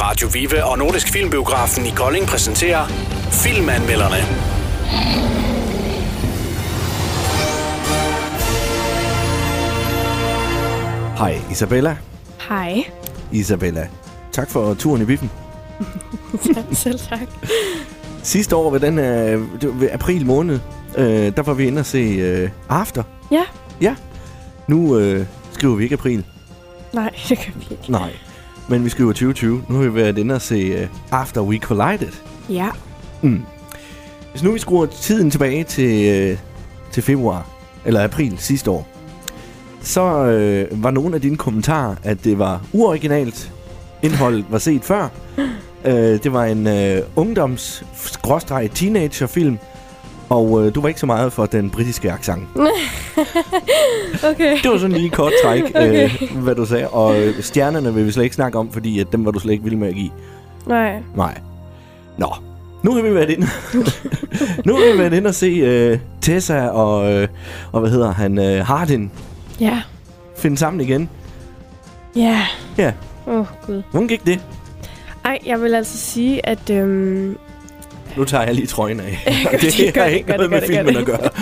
Radio Vive og Nordisk Filmbiografen i Kolding præsenterer Filmanmelderne. Hej Isabella. Hej. Isabella, tak for turen i biffen. Selv tak. Sidste år ved april måned, der var vi inde og se After. Ja. Ja. Nu skriver vi ikke april. Nej, det kan vi ikke. Nej, men vi skriver 2020. Nu har vi været inde og se After We Collided. Ja. Hvis nu vi skruer tiden tilbage til februar, eller april sidste år, så var nogle af dine kommentarer, at det var uoriginalt. Indholdet var set før. Det var en ungdoms-teenager-film, og du var ikke så meget for den britiske accent. Okay. Det var sådan lige kort træk, hvad du sagde. Og stjernerne vil vi slet ikke snakke om, fordi at dem var du slet ikke vild med at give. Nej. Nå, nu har vi været inde og se Tessa og hvad hedder han, Hardin. Ja. Finde sammen igen. Ja. Ja. Gud. Hvordan gik det? Ej, jeg vil altså sige, at... Nu tager jeg lige trøjen af. Det har ikke noget med filmen at gøre.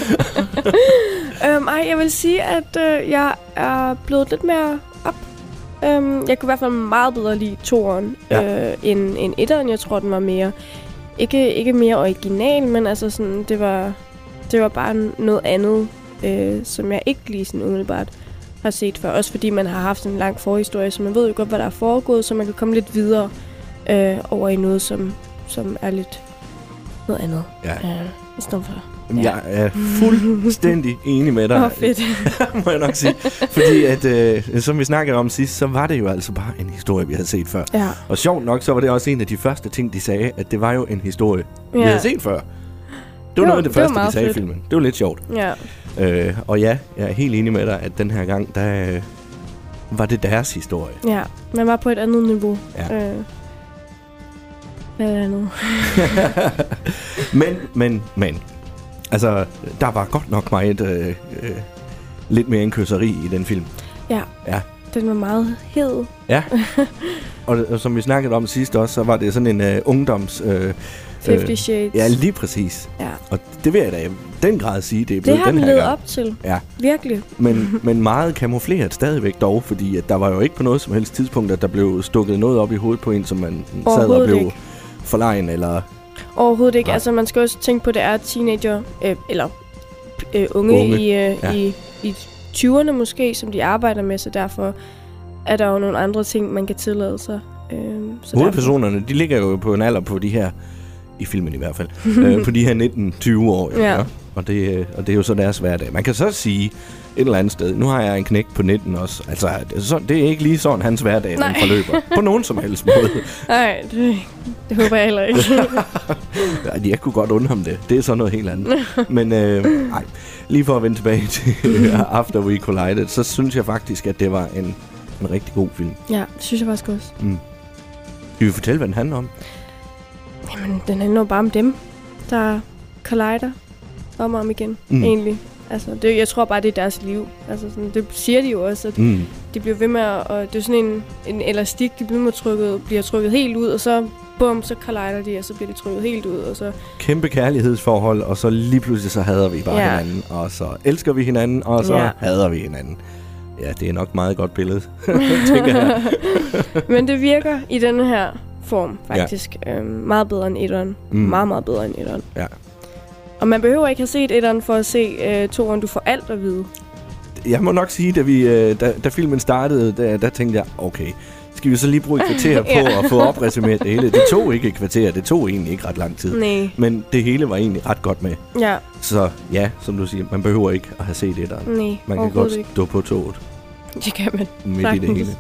Jeg vil sige, at jeg er blevet lidt mere op. Jeg kunne i hvert fald meget bedre lide toeren end etteren. Jeg tror, den var mere... Ikke mere original, men altså sådan, det var bare noget andet, som jeg ikke lige sådan umiddelbart har set før. Også fordi man har haft en lang forhistorie, så man ved jo godt, hvad der er foregået, så man kan komme lidt videre over i noget, som er lidt noget andet. Ja. I stedet for. Jeg er fuldstændig enig med dig. Fedt. Må jeg nok sige. Fordi at, som vi snakkede om sidst, så var det jo altså bare en historie, vi havde set før. Ja. Og sjovt nok, så var det også en af de første ting, de sagde, at det var jo en historie, vi havde set før. Det var noget af det første, de sagde i filmen. Det var lidt sjovt. Ja. Og ja, jeg er helt enig med dig, at den her gang, der var det deres historie. Ja, man var på et andet niveau. Ja. Hvad er det nu? Men. Altså, der var godt nok meget lidt mere kysseri i den film. Ja. Den var meget hed. Ja. Og som vi snakkede om sidst også, så var det sådan en ungdoms... 50 Shades. Ja, lige præcis. Ja. Og det vil jeg da i den grad sige, det er blevet det har den den her levet gang. op til. Ja. Virkelig. Men meget kamufleret stadigvæk dog, fordi at der var jo ikke på noget som helst tidspunkt, at der blev stukket noget op i hovedet på en, som man sad og blev forlegen, eller... Overhovedet ikke. Nej. Altså, man skal også tænke på, at det er teenager, eller unge. I 20'erne måske, som de arbejder med, så derfor er der jo nogle andre ting, man kan tillade sig. Hovedpersonerne, de ligger jo på en alder på de her, i filmen i hvert fald, på de her 19-20 år. Ja. Og det er jo så deres hverdag. Man kan så sige et eller andet sted, nu har jeg en knægt på 19 også. Altså, det er ikke lige sådan hans hverdag, den forløber. På nogen som helst måde. Nej, det håber jeg heller ikke. Jeg kunne godt undre ham det. Det er så noget helt andet. Men nej, lige for at vende tilbage til After We Collided, så synes jeg faktisk, at det var en rigtig god film. Ja, det synes jeg faktisk også. Skal vi fortælle, hvad den handler om? Jamen, den handler jo bare om dem, der collider om og om igen, egentlig. Altså, jeg tror bare, det er deres liv. Altså, sådan, det siger de jo også, at de bliver ved med at... Det er sådan en elastik, de bliver trykket helt ud, og så bum, så collider de, og så bliver de trykket helt ud, og så... Kæmpe kærlighedsforhold, og så lige pludselig så hader vi bare hinanden, og så elsker vi hinanden, og så hader vi hinanden. Ja, det er nok meget godt billede, tænker jeg. Men det virker i denne her form, faktisk. Meget bedre end etteren. Meget, meget bedre end etteren. Ja. Og man behøver ikke have set etteren for at se toeren. Du får alt at vide. Jeg må nok sige, da filmen startede, der tænkte jeg, okay, skal vi så lige bruge et kvarter på at få opresumeret det hele? Det tog ikke et kvarter, det tog egentlig ikke ret lang tid. Nej. Men det hele var egentlig ret godt med. Ja. Så ja, som du siger, man behøver ikke at have set etteren. Nej, man kan godt stå på toget. Det kan man. Midt i det hele.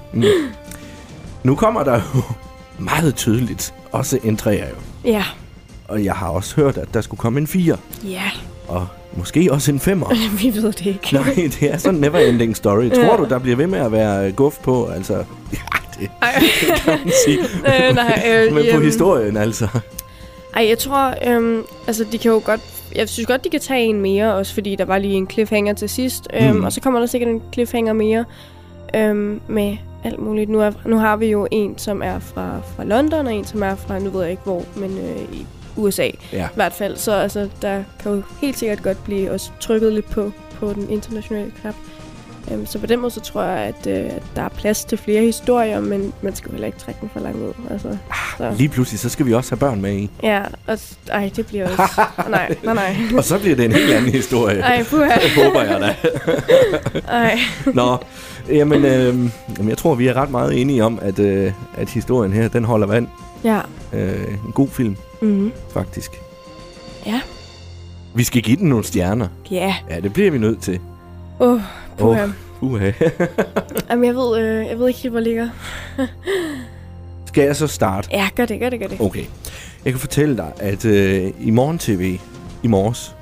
Nu kommer der jo meget tydeligt også en 3'er jo. Ja. Og jeg har også hørt, at der skulle komme en 4. Ja. Og måske også en 5'er. Vi ved det ikke. Nej, det er sådan en never-ending story. Tror du, der bliver ved med at være guf på? Altså, ja, det kan man sige. Men på historien, altså. Ej, jeg tror, altså de kan jo godt... Jeg synes godt, de kan tage en mere, også fordi der var lige en cliffhanger til sidst. Og så kommer der sikkert en cliffhanger mere med alt muligt. Nu har vi jo en, som er fra London, og en, som er fra, nu ved jeg ikke hvor, men i USA i hvert fald. Så altså, der kan jo helt sikkert godt blive også trykket lidt på den internationale knap. Så på den måde, så tror jeg, at der er plads til flere historier, men man skal jo heller ikke trække den for langt ud. Altså, så. Lige pludselig, så skal vi også have børn med i. Ja, og det bliver også... nej. Og så bliver det en helt anden historie. Ej, puha. Det håber jeg da. Ej. Nå, jamen, jeg tror, vi er ret meget enige om, at historien her, den holder vand. Ja. En god film, faktisk. Ja. Vi skal give den nogle stjerner. Ja. Ja, det bliver vi nødt til. Puha. Jamen, jeg ved ikke helt, hvor jeg ligger. Skal jeg så starte? Ja, gør det. Okay. Jeg kan fortælle dig, at i Morgen TV, i morges,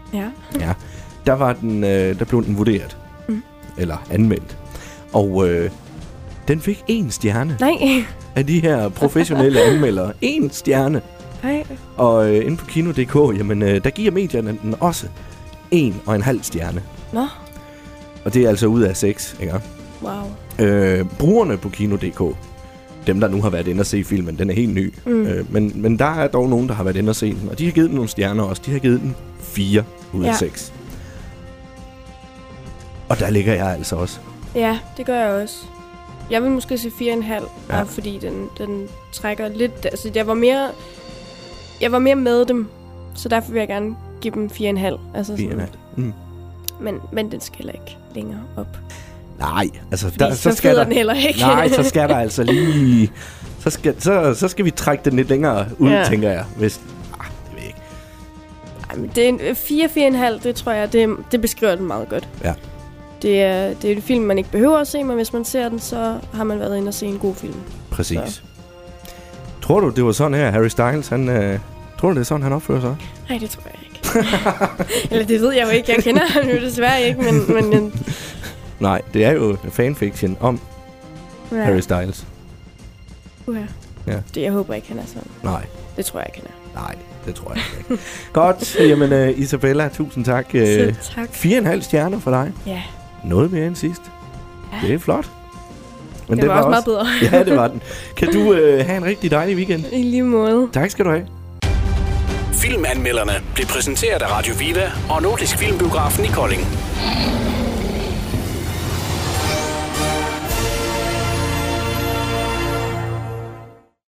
der blev den vurderet. Eller anmeldt. Og den fik 1 stjerne. Nej. Af de her professionelle anmeldere. 1 stjerne. Nej. Og inde på Kino.dk, jamen, der giver medierne den også 1,5 stjerne. Nå. Og det er altså ud af 6, ikke? Wow. Brugerne på Kino.dk, dem der nu har været inde og se filmen, den er helt ny. Men der er dog nogen, der har været inde og se den, og de har givet den nogle stjerner også. De har givet den 4 ud af 6. Og der ligger jeg altså også. Ja, det gør jeg også. Jeg vil måske se 4,5, fordi den trækker lidt... Altså, jeg var mere med dem, så derfor vil jeg gerne give dem 4,5. Altså 4,5. Men den skal heller ikke længere op. Nej, altså... Så skal den heller ikke. Nej, så skal der altså lige... Så skal vi trække den lidt længere ud, tænker jeg. Hvis, det ved jeg ikke. Ej, men det er 4,5, det tror jeg, det beskriver den meget godt. Ja. Det er et film, man ikke behøver at se, men hvis man ser den, så har man været inde og se en god film. Præcis. Så. Tror du, det var sådan her, Harry Styles, tror du, det er sådan, han opfører sig? Nej, det tror jeg ikke. Eller det ved jeg jo ikke. Jeg kender ham jo desværre ikke, men Nej, det er jo fanfiction om Harry Styles. Ja. Det, jeg håber ikke, han er sådan. Nej. Det tror jeg ikke, han er. Nej, det tror jeg ikke. Godt. Jamen, Isabella, tusind tak. Tak. 4,5 stjerner for dig. Ja. Noget mere end sidst. Ja. Det er flot. Men det var også meget bedre. Ja, det var den. Kan du have en rigtig dejlig weekend? I lige måde. Tak skal du have. Filmanmelderne blev præsenteret af Radio Viva og Nordisk Filmbiografen i Kolding.